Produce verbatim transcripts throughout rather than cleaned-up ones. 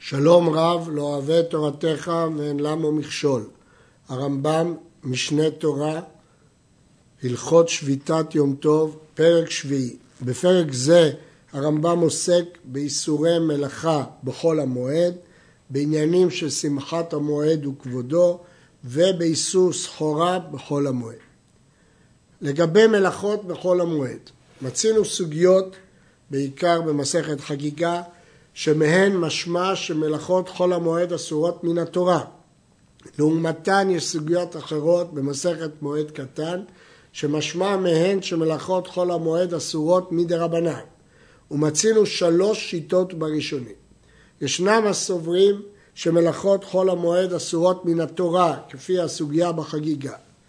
שלום רב, לא אוהב את תורתך ואין למו מכשול. הרמב"ם, משנה תורה, הלכות שביתת יום טוב, פרק שביעי. בפרק זה הרמב"ם עוסק באיסורי מלאכה בחול המועד, בעניינים של שמחת המועד וכבודו, ובאיסור סחורה בחול המועד. לגבי מלאכות בחול המועד, מצינו סוגיות, בעיקר במסכת חגיגה, שמהן משמע שמלאכות חול המועד אסורות מן התורה. לעומתן יש סוגיות אחרות במסכת מועד קטן, שמשמע מהן שמלאכות חול המועד אסורות מדרבנן. ומצינו שלוש שיטות בראשונים. ישנם הסוברים שמלאכות חול המועד אסורות מן התורה, כפי הסוגיה בחגיגה.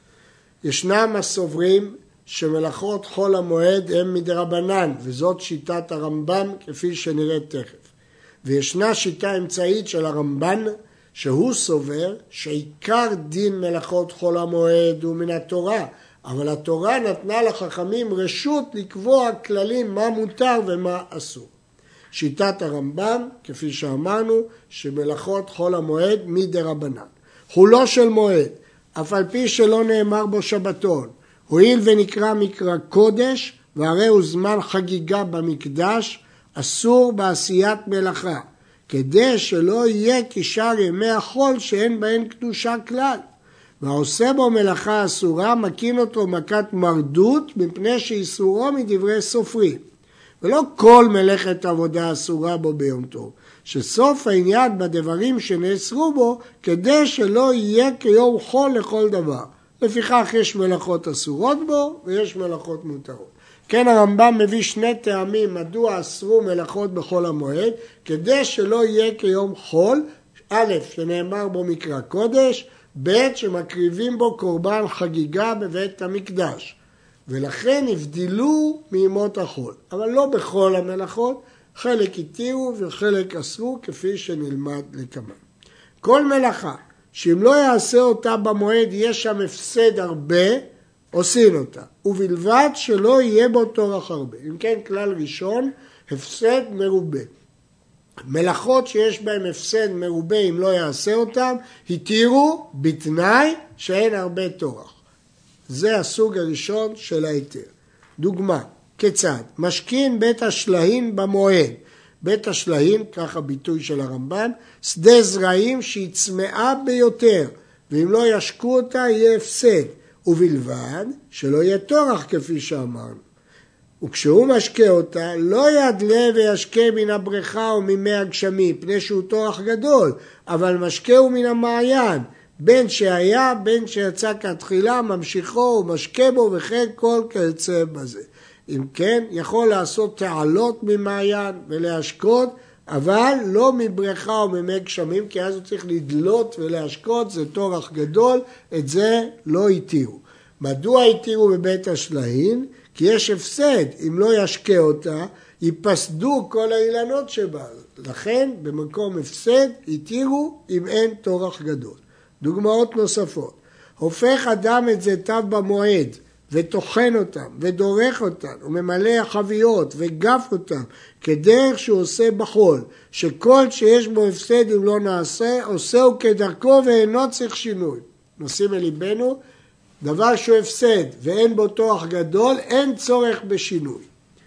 ישנם הסוברים שמלאכות חול המועד הם מדרבנן, וזאת שיטת הרמב"ם כפי שנראה תכף. וישנה שיטה אמצעית של הרמב"ן, שהוא סובר שעיקר דין מלאכות חול המועד הוא מן התורה, אבל התורה נתנה לחכמים רשות לקבוע כללים מה מותר ומה אסור. שיטת הרמב"ם, כפי שאמרנו, שמלאכות חול המועד מדרבנן. חולו של מועד, אף על פי שלא נאמר בו שבתון, הואיל ונקרא מקרא קודש, והרי הוא זמן חגיגה במקדש, אסור בעשיית מלאכה, כדי שלא יהיה כשאר ימי החול שאין בהן קדושה כלל. והעושה בו מלאכה אסורה, מקין אותו מכת מרדות, מפני שאיסורו מדברי סופרים. ולא כל מלאכת עבודה אסורה בו ביום טוב, שסוף העניין בדברים שנאסרו בו, כדי שלא יהיה כיום חול לכל דבר. לפיכך יש מלאכות אסורות בו ויש מלאכות מותרות. כן, הרמב"ם מביא שני טעמים מדוע אסרו מלאכות בחול המועד, כדי שלא יהיה כיום חול, א', שנאמר בו מקרא קודש, ב', שמקריבים בו קורבן חגיגה בבית המקדש. ולכן הבדילו מימות החול, אבל לא בכל המלאכות, חלק התירו וחלק אסרו כפי שנלמד לכמה. כל מלאכה שאם לא יעשה אותה במועד יש שם הפסד הרבה, עושים אותה, ובלבד שלא יהיה בו טורח הרבה. אם כן, כלל ראשון, הפסד מרובה. מלאכות שיש בהן הפסד מרובה אם לא יעשה אותם, התירו בתנאי שאין הרבה טורח. זה הסוג הראשון של ההיתר. דוגמה, כיצד? משכין בית השלהין במועד. בית השלהין, כך הביטוי של הרמב"ם, שדה זרעים שהיא צמאה ביותר, ואם לא ישקו אותה יהיה הפסד, ובלבד שלא יהיה טורח כפי שאמרנו. וכשהוא משקה אותה, לא ידלה וישקה מן הבריכה או ממי הגשמי, פני שהוא טורח גדול, אבל משקה הוא מן המעיין, בין שהיה, בין שיצא כתחילה, ממשיכו ומשקה בו וכן כל כיוצא בזה. אם כן, יכול לעשות תעלות ממעיין ולהשקות, אבל לא מבריכה או ממי גשמים, כי אז הוא צריך לדלות ולהשקות, זה טורח גדול, את זה לא התירו. מדוע התירו בבית השלהין? כי יש הפסד, אם לא ישקה אותה, ייפסדו כל האילנות שבה. לכן, במקום הפסד, התירו אם אין טורח גדול. דוגמאות נוספות. הופך אדם את זיתיו במועד, וטוחן אותם, ודורך אותם, וממלא חביות, וגף אותם, כדרך שהוא עושה בחול, שכל שיש בו הפסד אם לא נעשה, עושהו כדרכו ואינו צריך שינוי. נשים אל ליבנו, דבר שהוא הפסד ואין בו טורח גדול, אין צורך בשינוי.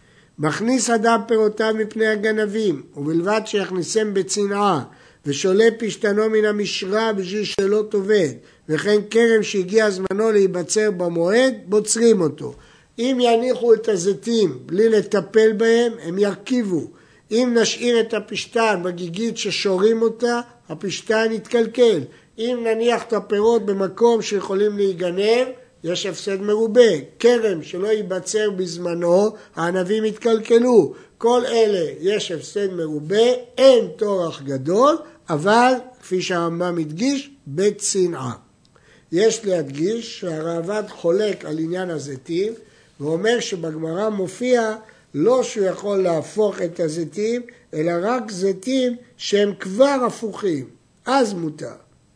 מכניס אדם פירותיו מפני הגנבים, ובלבד שיכניסם בצנעה, ושולה פשתנו מן המשרה בשביל שלא תובד, וכן כרם שהגיע זמנו להיבצר במועד, בוצרים אותו. אם יניחו את הזיתים בלי לטפל בהם, הם ירכיבו. אם נשאיר את הפשתן בגיגית ששורים אותה, הפשתן יתקלקל. אם נניח את הפירות במקום שיכולים להיגנב, יש הפסד מרובה. כרם שלא ייבצר בזמנו, הענבים יתקלקלו. כל אלה יש הפסד מרובה, אין טורח גדול, אבל כפי שהרמב"ם הדגיש, בצנעה. יש להדגיש שהרעב"ד חולק על עניין הזיתים, ואומר שבגמרא מופיע לא שהוא יכול להפוך את הזיתים, אלא רק זיתים שהם כבר הפוכים, אז מותר.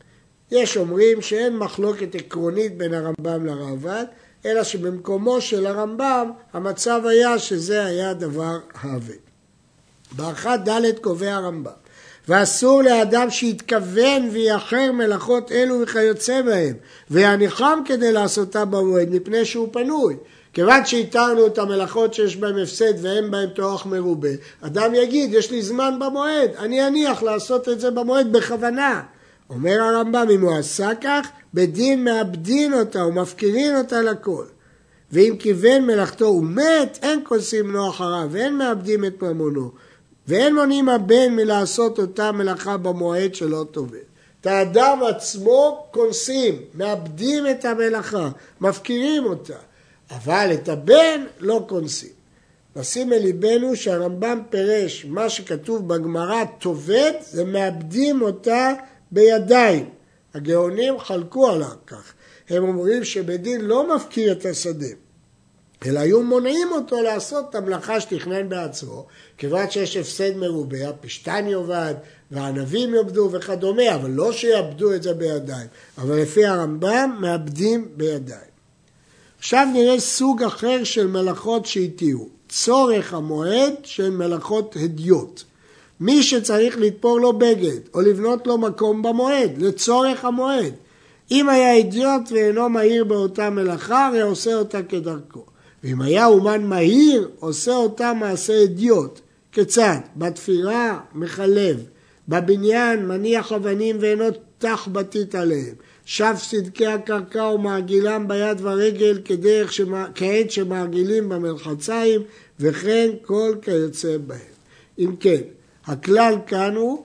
יש אומרים שאין מחלוקת עקרונית בין הרמב"ם לרעב"ד, אלא שבמקומו של הרמב"ם המצב היה שזה היה דבר האבד. באחת ד' קובע הרמב"ם, ואסור לאדם שיתכוון ויאחר מלאכות אלו וכיוצא בהם, ויניחם כדי לעשותה במועד מפני שהוא פנוי. כיוון שהתרנו את המלאכות שיש בהם הפסד ואין בהם טורח מרובה, אדם יגיד, יש לי זמן במועד, אני אניח לעשות את זה במועד בכוונה. אומר הרמב"ם, אם הוא עשה כך, בדין מאבדין אותה ומפקירין אותה לכל. ואם כיוון מלאכתו ומת, אין כוסים לו אחריו, ואין מאבדים את ממונו, ואין מונעים הבן מלעשות אותה מלאכה במועד שלא טובל. את האדם עצמו כונסים, מאבדים את המלאכה, מפקירים אותה, אבל את הבן לא כונסים. נשים אל ליבנו שהרמב"ם פירש מה שכתוב בגמרא טובת, זה מאבדים אותה בידיים. הגאונים חלקו עליו כך. הם אומרים שבדין לא מפקיר את השדה, אלא היו מונעים אותו לעשות את המלאכה שתכנן בעצמו, כיוון שיש הפסד מרובה, הפשטן יאבד והענבים יאבדו וכדומה, אבל לא שיאבדו את זה בידיים. אבל לפי הרמב"ם מאבדים בידיים. עכשיו נראה סוג אחר של מלאכות שהתירו. צורך המועד של מלאכות הדיוט. מי שצריך לתפור לו בגד או לבנות לו מקום במועד, לצורך המועד. אם היה אידיוט ואינו מהיר באותה מלאכה, הרי עושה אותה כדרכו. ואם היה אומן מהיר, עושה אותה מעשה אידיוט. כיצד? בתפירה מחלב, בבניין מניח אבנים ואינו תח בתית עליהם. שף סדקי הקרקע ומעגילם ביד ורגל כדרך שמה, כעת שמעגילים במרחציים, וכן כל כיוצא בהם. אם כן, הכלל כאן הוא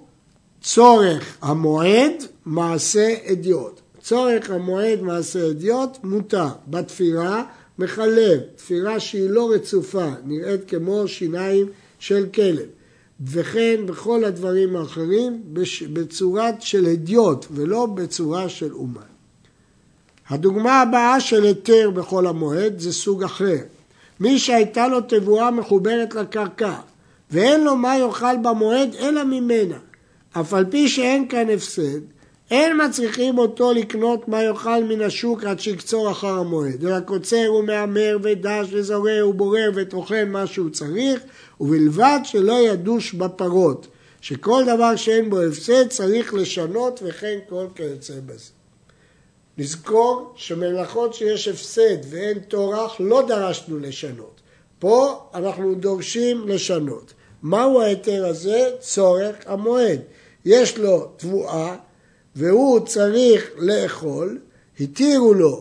צורך המועד מעשה אדיוט. צורך המועד מעשה אדיוט מותר. בתפירה מחלב, תפירה שהיא לא רצופה, נראית כמו שיניים של כלב. וכן בכל הדברים האחרים בצורת של הדיוט ולא בצורה של אומן. הדוגמה הבאה של היתר בכל המועד זה סוג אחר. מי שהייתה לו תבואה מחוברת לקרקע ואין לו מה יאכל במועד אלא ממנה, אף על פי שאין כאן הפסד, אין מצריכים אותו לקנות מה יאכל מן השוק עד שיקצור אחר המועד, אלא קוצר ומאמר ודש וזורר ובורר וטוחן מה שהוא צריך, ובלבד שלא ידוש בפרות, שכל דבר שאין בו הפסד צריך לשנות וכן כל כיוצא בזה. נזכור שמלאכות שיש הפסד ואין טורח לא דרשנו לשנות. פה אנחנו דורשים לשנות. מהו ההיתר הזה? צורך המועד. יש לו תבואה והוא צריך לאכול, התירו לו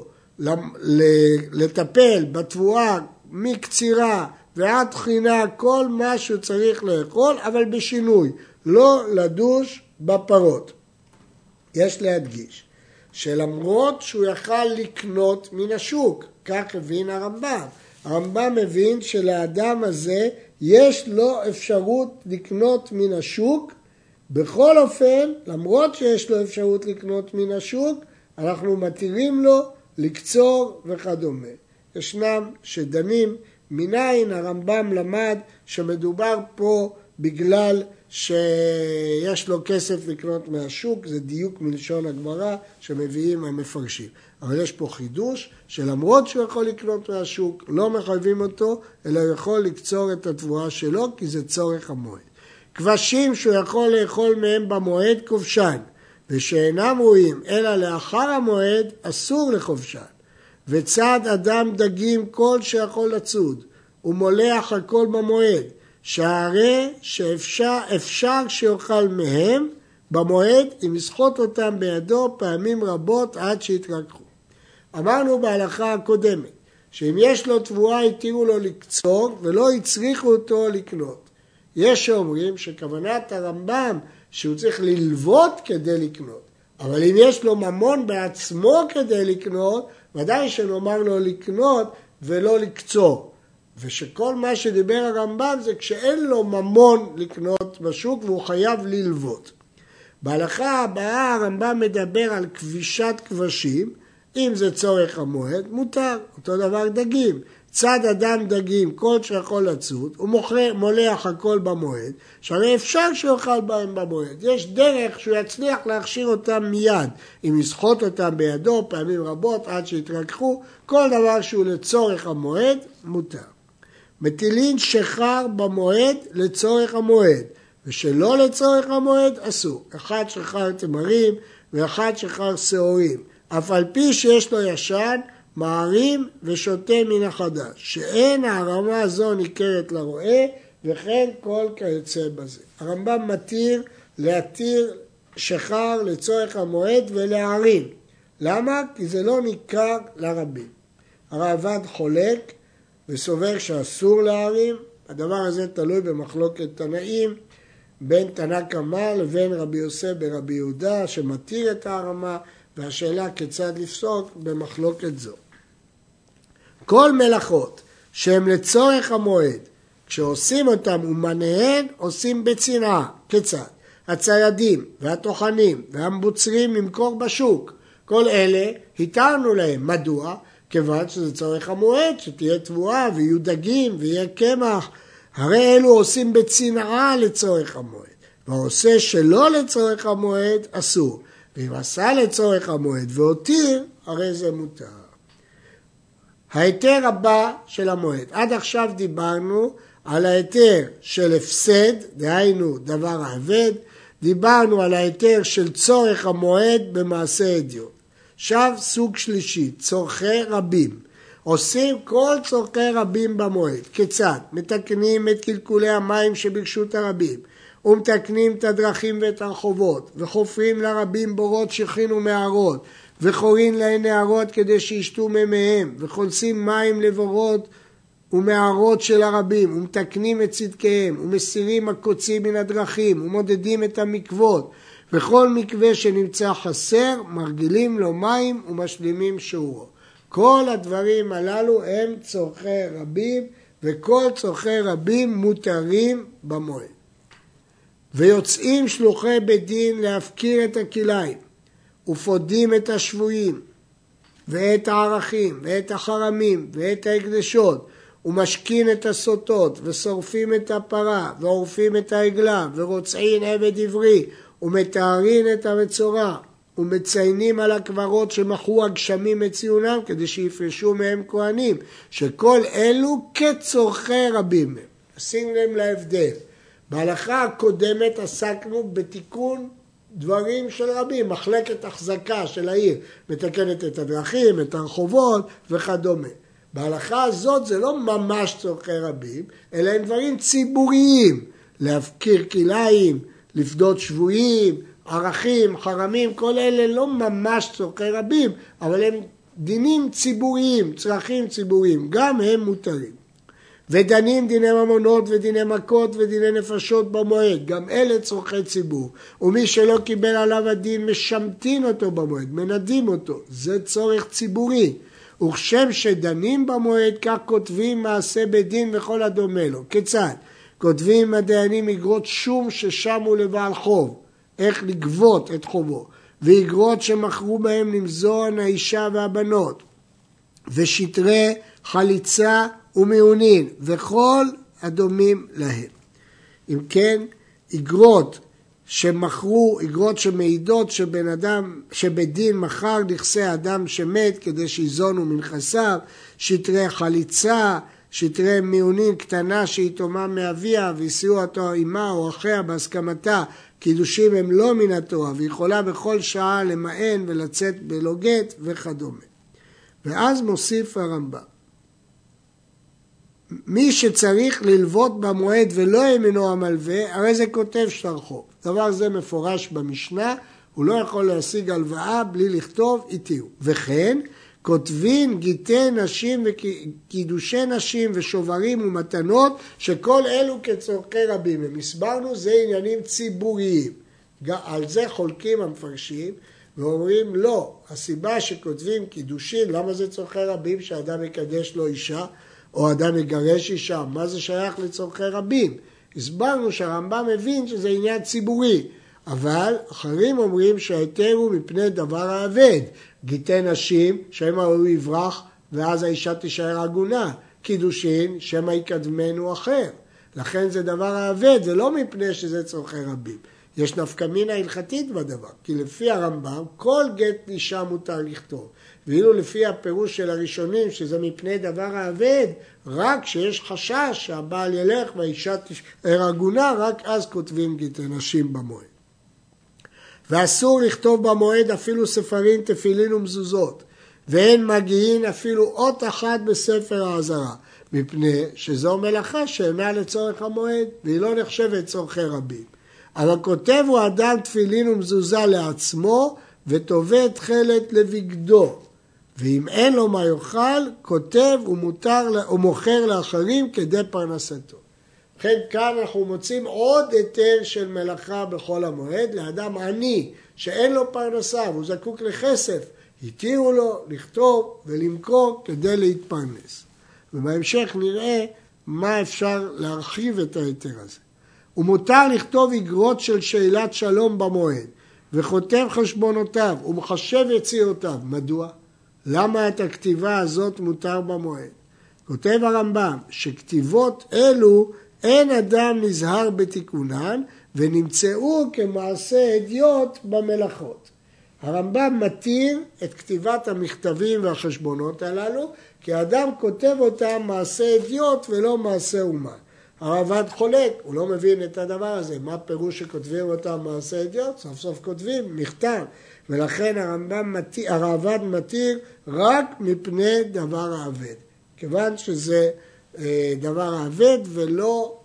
לטפל בתבואה מקצירה ועד תחינה כל מה שהוא צריך לאכול, אבל בשינוי, לא לדוש בפרות. יש להדגיש שלמרות שהוא יכל לקנות מן השוק, כך הבין הרמב"ם. הרמב"ם מבין שלאדם הזה יש לו אפשרות לקנות מן השוק, בכל אופן, למרות שיש לו אפשרות לקנות מן השוק, אנחנו מתירים לו לקצור וכדומה. ישנם שדנים מניין הרמב"ם למד שמדובר פה בגלל שיש לו כסף לקנות מהשוק, זה דיוק מלשון הגמרא שמביאים המפרשים. אבל יש פה חידוש שלמרות שהוא יכול לקנות מהשוק, לא מחייבים אותו, אלא הוא יכול לקצור את התבואה שלו, כי זה צורך המועד. כבשים שהוא יכול לאכול מהם במועד כובשן, ושאינם רואים אלא לאחר המועד אסור לכובשן. וצד אדם דגים כל שיכול לצוד, ומולח הכל במועד, שהרי שאפשר אפשר שיאכל מהם במועד, אם יסחוט אותם בידו פעמים רבות עד שיתרככו. אמרנו בהלכה הקודמת, שאם יש לו תבואה התירו לו לקצור, ולא הצריכו אותו לקנות. יש שאומרים שכוונת הרמב"ם שהוא צריך ללוות כדי לקנות, אבל אם יש לו ממון בעצמו כדי לקנות, ודאי שנאמר לו לקנות ולא לקצור. ושכל מה שדיבר הרמב"ם זה כשאין לו ממון לקנות בשוק והוא חייב ללוות. בהלכה הבאה הרמב"ם מדבר על כבישת כבשים, אם זה צורך המועד, מותר, אותו דבר דגים. צד אדם דגים כל שיכול לצוד, הוא מולח הכל במועד, שהרי אפשר שיאכל בהם במועד. יש דרך שהוא יצליח להכשיר אותם מיד, אם יסחוט אותם בידו פעמים רבות עד שיתרככו, כל דבר שהוא לצורך המועד, מותר. מטילין שחר במועד לצורך המועד, ושלא לצורך המועד אסור. אחד שחר תמרים ואחד שחר שעורים. אף על פי שיש לו ישן, מערים ושותה מן החדש, שאין הרמה הזו ניכרת לרועה, וכן כל כיוצא בזה. הרמב"ם מתיר להתיר שחר לצורך המועד ולהערים. למה? כי זה לא ניכר לרבים. הראב"ד חולק וסובר שאסור להערים. הדבר הזה תלוי במחלוקת תנאים בין תנא קמא לבין רבי יוסף ברבי יהודה שמתיר את ההרמה, והשאלה כיצד לפסוק במחלוקת זו. כל מלאכות שהן לצורך המועד, כשעושים אותם ומניהן עושים בצנעה. כיצד? הציידים והטוחנים והמבוצרים למכור בשוק, כל אלה התרנו להם. מדוע? כיוון שזה צורך המועד, שתהיה תבואה ויהיו דגים ויהיה קמח. הרי אלו עושים בצנעה לצורך המועד, והעושה שלא לצורך המועד אסור. ואם עשה לצורך המועד והותיר, הרי זה מותר. ההיתר הבא של המועד. עד עכשיו דיברנו על ההיתר של הפסד, דהיינו דבר העבד. דיברנו על ההיתר של צורך המועד במעשה אדיוט. עכשיו סוג שלישי, צורכי רבים. עושים כל צורכי רבים במועד. כיצד? מתקנים את קלקולי המים שברשות הרבים, ומתקנים את הדרכים ואת הרחובות, וחופרים לרבים בורות שכין ומערות, וחורין להן נהרות כדי שישתו ממיהם, וחולסים מים לבורות ומערות של הרבים, ומתקנים את צדקיהם, ומסירים הקוצים מן הדרכים, ומודדים את המקוות, וכל מקווה שנמצא חסר, מרגילים לו מים ומשלימים שיעורו. כל הדברים הללו הם צורכי רבים, וכל צורכי רבים מותרים במועד. ויוצאים שלוחי בית דין להפקיר את הכליים, ופודים את השבויים, ואת הערכים, ואת החרמים, ואת ההקדשות, ומשכין את הסוטות, ושורפים את הפרה, ועורפים את העגלה, ורוצעין עבד עברי, ומתארין את המצורע, ומציינים על הקברות שמחו הגשמים את ציונם, כדי שיפרשו מהם כהנים, שכל אלו כצורכי רבים מהם. שים לב להבדל. בהלכה הקודמת עסקנו בתיקון דברים של רבים, מחלקת החזקה של העיר, מתקנת את הדרכים, את הרחובות וכדומה. בהלכה הזאת זה לא ממש צורכי רבים, אלא הם דברים ציבוריים, להפקיר כליים, לפדות שבויים, ערכים, חרמים, כל אלה לא ממש צורכי רבים, אבל הם דינים ציבוריים, צרכים ציבוריים, גם הם מותרים. ודנים דיני ממונות ודיני מכות ודיני נפשות במועד, גם אלה צורכי ציבור. ומי שלא קיבל עליו הדין משמטין אותו במועד, מנדים אותו, זה צורך ציבורי. וכשם שדנים במועד, כך כותבים מעשה בדין וכל הדומה לו. כיצד? כותבים הדיינים אגרות שום ששמו לבעל חוב, איך לגבות את חובו, ואגרות שמכרו בהם למזון האישה והבנות, ושטרי חליצה ומיונין, וכל הדומים להם. אם כן, אגרות שמכרו, אגרות שמעידות שבן אדם, שבדין מכר נכסי אדם שמת כדי שיזונו מנכסיו, שטרי חליצה, שטרי מיונין קטנה שהתאומה מאביה והסיעו אותו אימה או אחיה בהסכמתה, קידושים הם לא מן התורה, ויכולה בכל שעה למען ולצאת בלא גט וכדומה. ואז מוסיף הרמב"ם, מי שצריך ללוות במועד ולא ימינו המלווה, הרי זה כותב שטר חוב. דבר זה מפורש במשנה, הוא לא יכול להשיג הלוואה בלי לכתוב איתיהו. וכן, כותבים גיטי נשים וקידושי נשים ושוברים ומתנות, שכל אלו כצורכי רבים. הם הסברנו, זה עניינים ציבוריים. על זה חולקים המפרשים, ואומרים לא, הסיבה שכותבים קידושין, למה זה צורכי רבים שאדם יקדש לו אישה, או אדם יגרש אישה, מה זה שייך לצורכי רבים? הסברנו שהרמב"ם מבין שזה עניין ציבורי, אבל אחרים אומרים שההיתר הוא מפני דבר העבד. גיטי נשים, שמא הוא יברח, ואז האישה תישאר עגונה. קידושין, שמא יקדמנו אחר. לכן זה דבר העבד, זה לא מפני שזה צורכי רבים. יש נפקא מינה הלכתית בדבר, כי לפי הרמב"ם כל גט אישה מותר לכתוב, ואילו לפי הפירוש של הראשונים שזה מפני דבר האבד, רק כשיש חשש שהבעל ילך והאישה תישאר עגונה, רק אז כותבים גט נשים במועד. ואסור לכתוב במועד אפילו ספרים, תפילין ומזוזות, ואין מגיעין אפילו אות אחת בספר האזהרה, מפני שזו מלאכה שאינה לצורך המועד, והיא לא נחשבת צורכי רבים. אבל כותב הוא אדם תפילין ומזוזה לעצמו, ותובע תכלת לבגדו. ואם אין לו מה יאכל, כותב ומותר, ומוכר לאחרים כדי פרנסתו. לכן כאן אנחנו מוצאים עוד היתר של מלאכה בכל המועד, לאדם עני שאין לו פרנסה והוא זקוק לכסף, התירו לו לכתוב ולמכור כדי להתפרנס. ובהמשך נראה מה אפשר להרחיב את ההיתר הזה. ומותר לכתוב אגרות של שאלת שלום במועד, וכותב חשבונותיו ומחשב יציאותיו. מדוע? למה את הכתיבה הזאת מותר במועד? כותב הרמב"ם שכתיבות אלו אין אדם נזהר בתיקונן, ונמצאו כמעשה אדיוט במלאכות. הרמב"ם מתיר את כתיבת המכתבים והחשבונות הללו, כי האדם כותב אותם מעשה אדיוט ולא מעשה אומן. הרעב"ד חולק, הוא לא מבין את הדבר הזה, מה פירוש שכותבים אותם מעשה אדיוט? סוף סוף כותבים מכתב, ולכן הרמב"ם מתיר, הרעב"ד מתיר רק מפני דבר האבד, כיוון שזה אה, דבר האבד ולא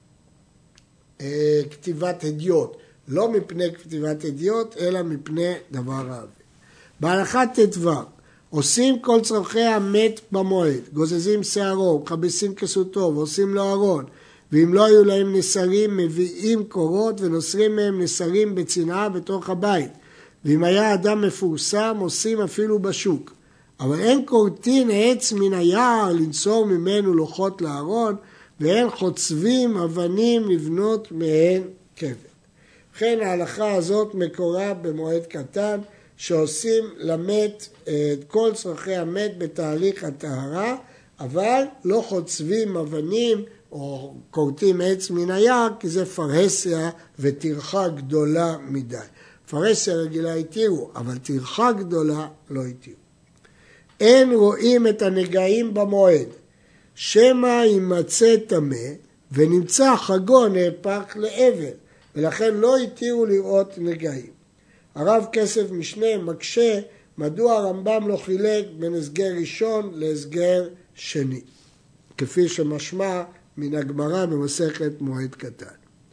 אה, כתיבת אדיוט, לא מפני כתיבת אדיוט, אלא מפני דבר האבד. בהלכת ט"ו, עושים כל צורכי המת במועד, גוזזים שערו, מכבסים כסותו ועושים לו ארון, ואם לא היו להם נסרים, מביאים קורות ונוסרים מהם נסרים בצנעה בתוך הבית. ואם היה אדם מפורסם, עושים אפילו בשוק. אבל אין קורטין עץ מן היער לנסור ממנו לוחות לארון, ואין חוצבים אבנים לבנות מהן כבד. לכן ההלכה הזאת מקורה במועד קטן, שעושים למת את כל צרכי המת בתהליך הטהרה, אבל לא חוצבים אבנים או קורטים עץ מן היער, כי זה פרהסיה וטרחה גדולה מדי. פרהסיה רגילה התירו, אבל טרחה גדולה לא התירו. אין רואים את הנגעים במועד, שמא יימצא טמא ונמצא חגו נהפך לאבל, ולכן לא התירו לראות נגעים. הרב כסף משנה מקשה מדוע הרמב"ם לא חילק בין הסגר ראשון להסגר שני, כפי שמשמע מן הגמרא במסכת מועד קטן.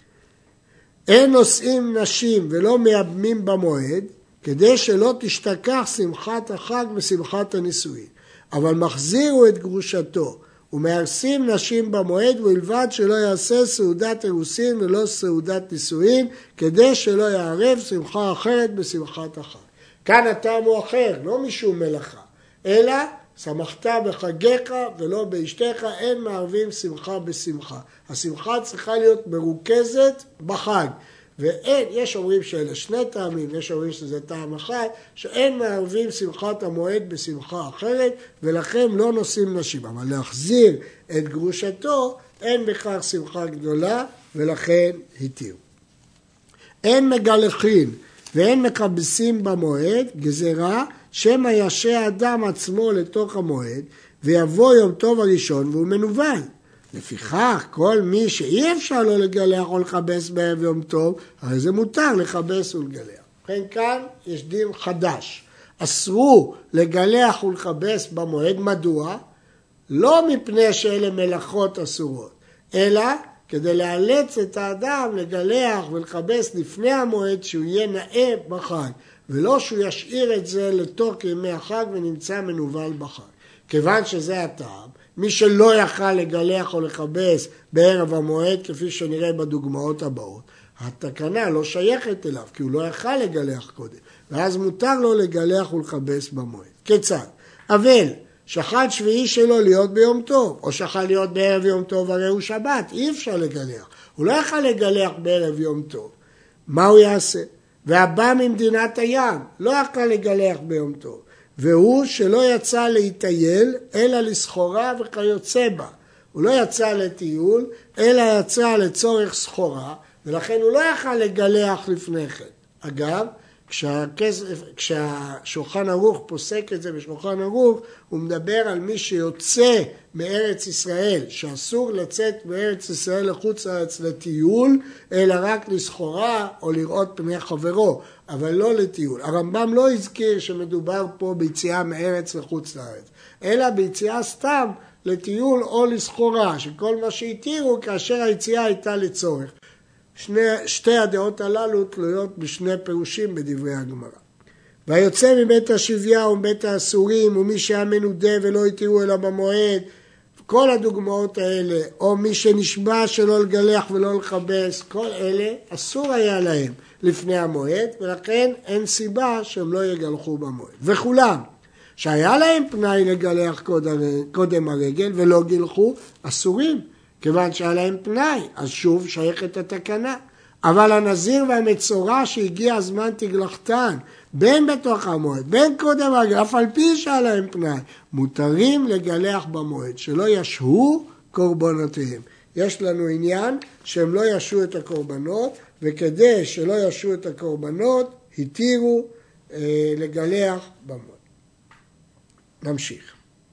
אין נושאים נשים ולא מייבמים במועד, כדי שלא תשתכח שמחת החג ושמחת הנישואין, אבל מחזירו את גרושתו ומארסים נשים במועד, ובלבד שלא יעשה סעודת אירוסין ולא סעודת נישואין, כדי שלא יערב שמחה אחרת בשמחת החג. כאן הטעם הוא אחר, לא משום מלאכה, אלא שמחת בחגיך ולא באשתך, אין מערבים שמחה בשמחה. השמחה צריכה להיות מרוכזת בחג. ואין, יש אומרים שאלה שני טעמים, יש אומרים שזה טעם אחד, שאין מערבים שמחת המועד בשמחה אחרת, ולכן לא נושאים נשים. אבל להחזיר את גרושתו, אין בכך שמחה גדולה, ולכן התירו. אין מגלחין ואין מכבסים במועד, גזרה, שמא ישע אדם עצמו לתוך המועד, ויבוא יום טוב הראשון והוא מנוול. לפיכך, כל מי שאי אפשר לו לגלח או לכבס בערב יום טוב, הרי זה מותר לכבס ולגלח. לכן כאן יש דין חדש. אסרו לגלח ולכבס במועד. מדוע? לא מפני שאלה מלאכות אסורות, אלא כדי לאלץ את האדם לגלח ולכבס לפני המועד, שהוא יהיה נאה בחג, ולא שהוא ישאיר את זה לתוך ימי החג ונמצא מנוול בחג. כיוון שזה הטעם, מי שלא יכל לגלח או לכבס בערב המועד, כפי שנראה בדוגמאות הבאות, התקנה לא שייכת אליו, כי הוא לא יכל לגלח קודם, ואז מותר לו לגלח ולכבס במועד. כיצד? אבל שחל שביעי שלו להיות ביום טוב, או שחל להיות בערב יום טוב, הרי הוא שבת, אי אפשר לגלח. הוא לא יכל לגלח בערב יום טוב. מה הוא יעשה? והבא ממדינת הים לא יכל לגלח ביום טוב. והוא שלא יצא להתייל, אלא לסחורה וכיוצא בה. הוא לא יצא לטיול, אלא יצא לצורך סחורה, ולכן הוא לא יכל לגלח לפני כן. אגב, כשהכסף, כשהשולחן ערוך פוסק את זה בשולחן ערוך, הוא מדבר על מי שיוצא מארץ ישראל, שאסור לצאת מארץ ישראל לחוץ לארץ לטיול, אלא רק לסחורה או לראות פני חברו, אבל לא לטיול. הרמב"ם לא הזכיר שמדובר פה ביציאה מארץ לחוץ לארץ, אלא ביציאה סתם לטיול או לסחורה, שכל מה שהתירו כאשר היציאה הייתה לצורך. שני, שתי הדעות הללו תלויות בשני פירושים בדברי הגמרא. והיוצא מבית השביה ומבית האסורים ומי שהיה מנודה ולא התירו אלא במועד, כל הדוגמאות האלה, או מי שנשבע שלא לגלח ולא לכבס, כל אלה אסור היה להם לפני המועד, ולכן אין סיבה שהם לא יגלחו במועד. וכולם, שהיה להם פנאי לגלח קודם, קודם הרגל ולא גלחו, אסורים. כיוון שהיה להם פנאי, אז שוב שייכת התקנה. אבל הנזיר והמצורע שהגיע הזמן תגלחתן, בין בתוך המועד, בין קודם הרגל, אף על פי שהיה להם פנאי, מותרים לגלח במועד, שלא ישהו קורבנותיהם. יש לנו עניין שהם לא ישהו את הקורבנות, וכדי שלא ישהו את הקורבנות, התירו אה, לגלח במועד. נמשיך.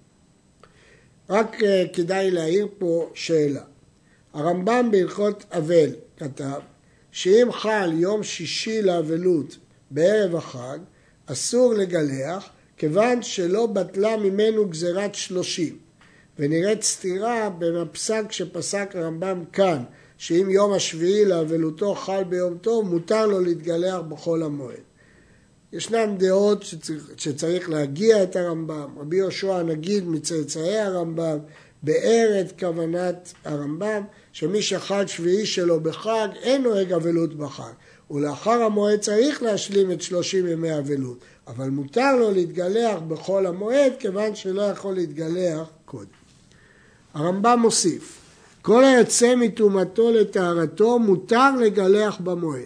רק uh, כדאי להעיר פה שאלה. הרמב"ם בהלכות אבל כתב שאם חל יום שישי לאבלות בערב החג, אסור לגלח, כיוון שלא בטלה ממנו גזירת שלושים. ונראית סתירה בין הפסק שפסק הרמב"ם כאן, שאם יום השביעי לאבלותו חל ביום טוב, מותר לו להתגלח בכל המועד. ישנן דעות שצריך, שצריך להגיע את הרמב"ם. רבי יהושע הנגיד מצאצאי הרמב"ם באר את כוונת הרמב"ם, שמי שחל שביעי שלו בחג אין נוהג אבלות בחג, ולאחר המועד צריך להשלים את שלושים ימי אבלות, אבל מותר לו להתגלח בכל המועד כיוון שלא יכול להתגלח קודם. הרמב"ם מוסיף, כל היוצא מטומאתו לטהרתו מותר לגלח במועד.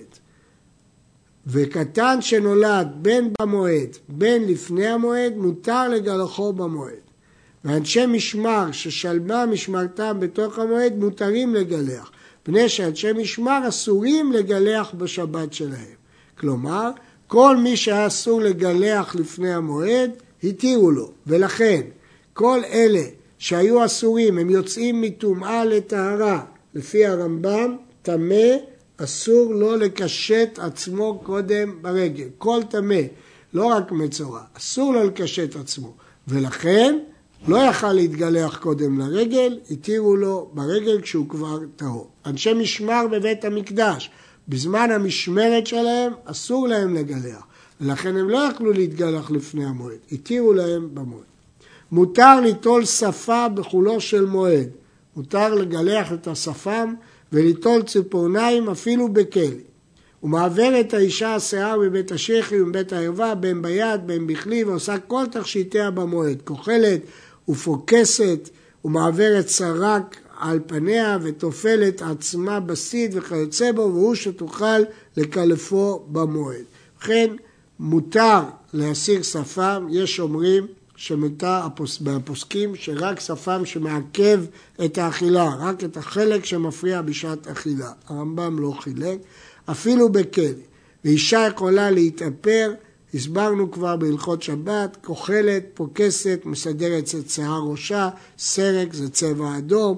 וקטן שנולד בין במועד בין לפני המועד מותר לגלחו במועד. ואנשי משמר ששלמה משמרתם בתוך המועד מותרים לגלח, פני שאנשי משמר אסורים לגלח בשבת שלהם. כלומר, כל מי שהיה אסור לגלח לפני המועד התירו לו, ולכן כל אלה שהיו אסורים הם יוצאים מטומאה לטהרה, לפי הרמב"ם טמא אסור לא לקשט עצמו קודם ברגל. כל טמא, לא רק מצורע, אסור לו לקשט עצמו. ולכן לא יכל להתגלח קודם לרגל, התירו לו ברגל כשהוא כבר טהור. אנשי משמר בבית המקדש, בזמן המשמרת שלהם אסור להם לגלח. ולכן הם לא יכלו להתגלח לפני המועד, התירו להם במועד. מותר ליטול שפה בחולו של מועד. מותר לגלח את השפם וליטול ציפורניים אפילו בכלי. הוא מעבר את האישה השיער בבית השכי ובבית הערווה, בין ביד, בין בכלי, ועושה כל תכשיטיה במועד. כוחלת ופוקסת, ומעברת סרק על פניה ותופלת עצמה בסיד וכיוצא בו, והוא שתוכל לקלפו במועד. לכן מותר להסיר שפם, יש אומרים שמתה בפוסקים שרק שפם שמעכב את האכילה, רק את החלק שמפריע בשעת אכילה. הרמב"ם לא חילק, אפילו בכלי. ואישה יכולה להתאפר, הסברנו כבר בהלכות שבת, כוחלת, פוקסת, מסדרת את שיער ראשה, סרק זה צבע אדום,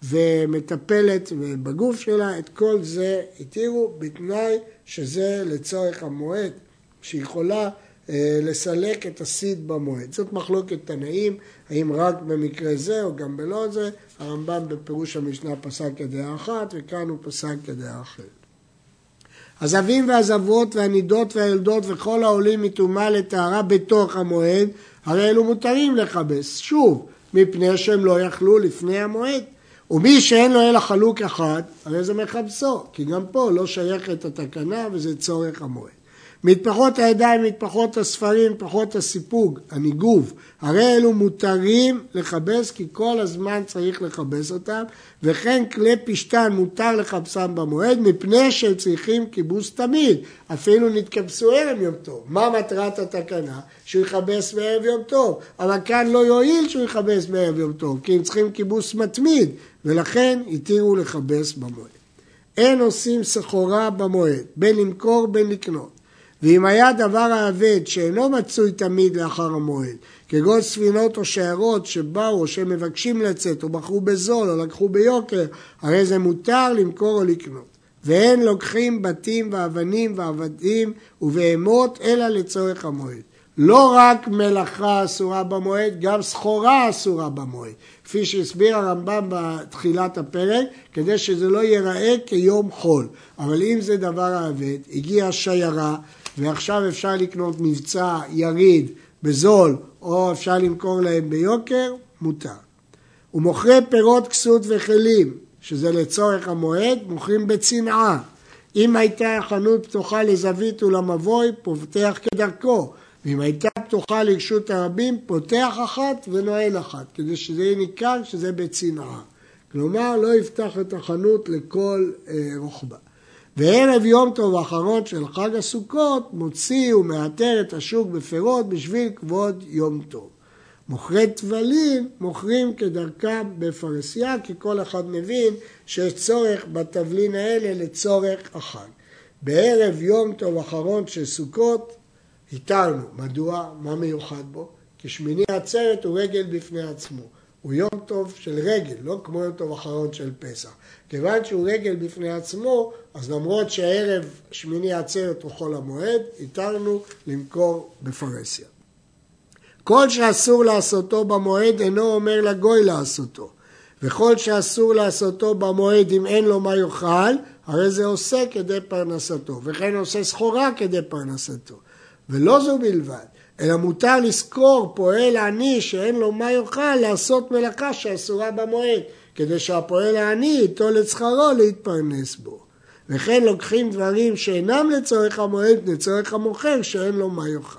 ומטפלת בגוף שלה, את כל זה התירו בתנאי שזה לצורך המועד, שיכולה לסלק את הסיד במועד. זאת מחלוקת תנאים, האם רק במקרה זה או גם בלא זה. הרמב"ם בפירוש המשנה פסק כדעה אחת, וכאן הוא פסק כדעה אחרת. הזבים והזבות והנידות והילדות וכל העולים מטומאה לטהרה בתוך המועד, הרי אלו מותרים לכבס, שוב, מפני שהם לא יכלו לפני המועד. ומי שאין לו אלא חלוק אחד, הרי זה מכבסו, כי גם פה לא שייך את התקנה וזה צורך המועד. מטפחות הידיים, מטפחות הספרים, מטפחות הסיפוג, הניגוב, הרי אלו מותרים לכבס כי כל הזמן צריך לכבס אותם, וכן כלי פשטן מותר לכבסם במועד מפני שהם צריכים כיבוס תמיד, אפילו נתכבסו ערב יום טוב. מה מטרת התקנה? שהוא יכבס בערב יום טוב, אבל כאן לא יועיל שהוא יכבס בערב יום טוב, כי הם צריכים כיבוס מתמיד, ולכן התירו לכבס במועד. אין עושים סחורה במועד, בין למכור בין לקנות. ואם היה דבר האבד שאינו מצוי תמיד לאחר המועד, כגון ספינות או שערות שבאו או שמבקשים לצאת או בחרו בזול או לקחו ביוקר, הרי זה מותר למכור או לקנות. ואין לוקחים בתים ואבנים ועבדים ובהמות אלא לצורך המועד. לא רק מלאכה אסורה במועד, גם סחורה אסורה במועד. כפי שהסביר הרמב"ם בתחילת הפרק, כדי שזה לא ייראה כיום חול. אבל אם זה דבר האבד, הגיעה שיירה, ועכשיו אפשר לקנות מבצע יריד בזול, או אפשר למכור להם ביוקר, מותר. ומוכרי פירות כסות וכלים, שזה לצורך המועד, מוכרים בצנעה. אם הייתה חנות פתוחה לזווית ולמבוי, פותח כדרכו. ואם הייתה פתוחה לרשות הרבים, פותח אחת ונועל אחת, כדי שזה יהיה ניכר שזה בצנעה. כלומר, לא יפתח את החנות לכל אה, רוחבה. וערב יום טוב האחרון של חג הסוכות, מוציא ומאתר את השוק בפירות בשביל כבוד יום טוב. מוכרי תבלים מוכרים כדרכם בפרסיה, כי כל אחד מבין שיש צורך בתבלין האלה לצורך החג. בערב יום טוב האחרון של סוכות, התרנו. מדוע? מה מיוחד בו? כי שמיני עצרת הוא רגל בפני עצמו. הוא יום טוב של רגל, לא כמו יום טוב אחרון של פסח. כיוון שהוא רגל בפני עצמו, אז למרות שהערב שמיני עצרת הוא חול המועד, התרנו למכור בפרסיה. כל שאסור לעשותו במועד אינו אומר לגוי לעשותו. וכל שאסור לעשותו במועד אם אין לו מה יאכל, הרי זה עושה כדי פרנסתו. וכן עושה סחורה כדי פרנסתו. ולא זו בלבד, אלא מותר לזכור פועל עני שאין לו מה יאכל לעשות מלאכה שאסורה במועד, כדי שהפועל העני ייטול את שכרו להתפרנס בו. וכן לוקחים דברים שאינם לצורך המועד, לצורך המוכר שאין לו מה יאכל.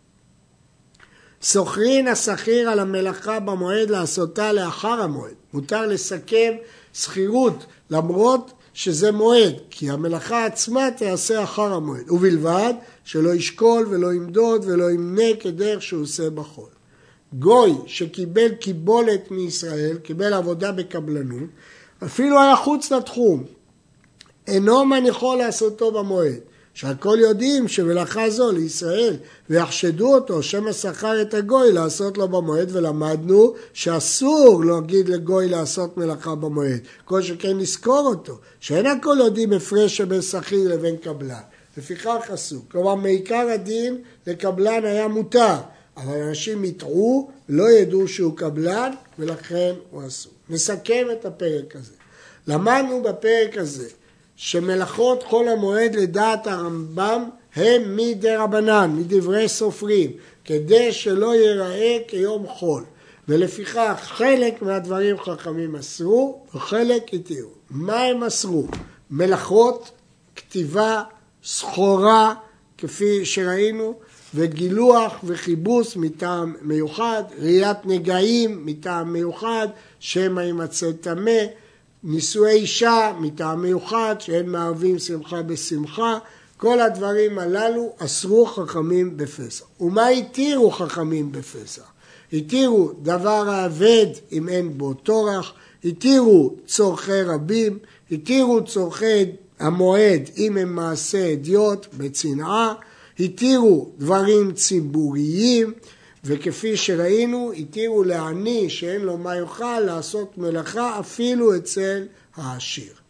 סוחרין השכיר על המלאכה במועד לעשותה לאחר המועד. מותר לסכם שכירות למרות שזה מועד, כי המלאכה עצמה תעשה אחר המועד, ובלבד שלא ישקול ולא ימדוד ולא ימנה כדרך שהוא עושה בחול. גוי שקיבל קיבולת מישראל, קיבל עבודה בקבלנות, אפילו היה חוץ לתחום, אינו מניחו לעשותו במועד, שהכל יודעים שמלאכה זו לישראל, ויחשדו אותו שמא שכר את הגוי לעשות לו במועד, ולמדנו שאסור להגיד לגוי לעשות מלאכה במועד, כל שכן נזכור אותו, שאין הכל יודעים הפרש שבין שכיר לבין קבלן, לפיכך אסור. כלומר, מעיקר הדין לקבלן היה מותר, אבל אנשים יטעו, לא ידעו שהוא קבלן, ולכן הוא אסור. נסכם את הפרק הזה. למדנו בפרק הזה, שמלאכות חול המועד לדעת הרמב"ם הם מדי רבנן, מדברי סופרים, כדי שלא ייראה כיום חול. ולפיכך חלק מהדברים חכמים אסרו וחלק התירו. מה הם אסרו? מלאכות, כתיבה, סחורה, כפי שראינו, וגילוח וחיבוס מטעם מיוחד, ראיית נגעים מטעם מיוחד, שמא יימצא טמא, נישואי אישה מטעם מיוחד, שאין מערבים שמחה בשמחה, כל הדברים הללו אסרו חכמים בפסח. ומה התירו חכמים בפסח? התירו דבר האבד אם אין בו טורח, התירו צורכי רבים, התירו צורכי המועד אם הם מעשה אדיוט בצנעה, התירו דברים ציבוריים, וכפי שראינו, התירו לעני שאין לו מה יאכל לעשות מלאכה אפילו אצל העשיר.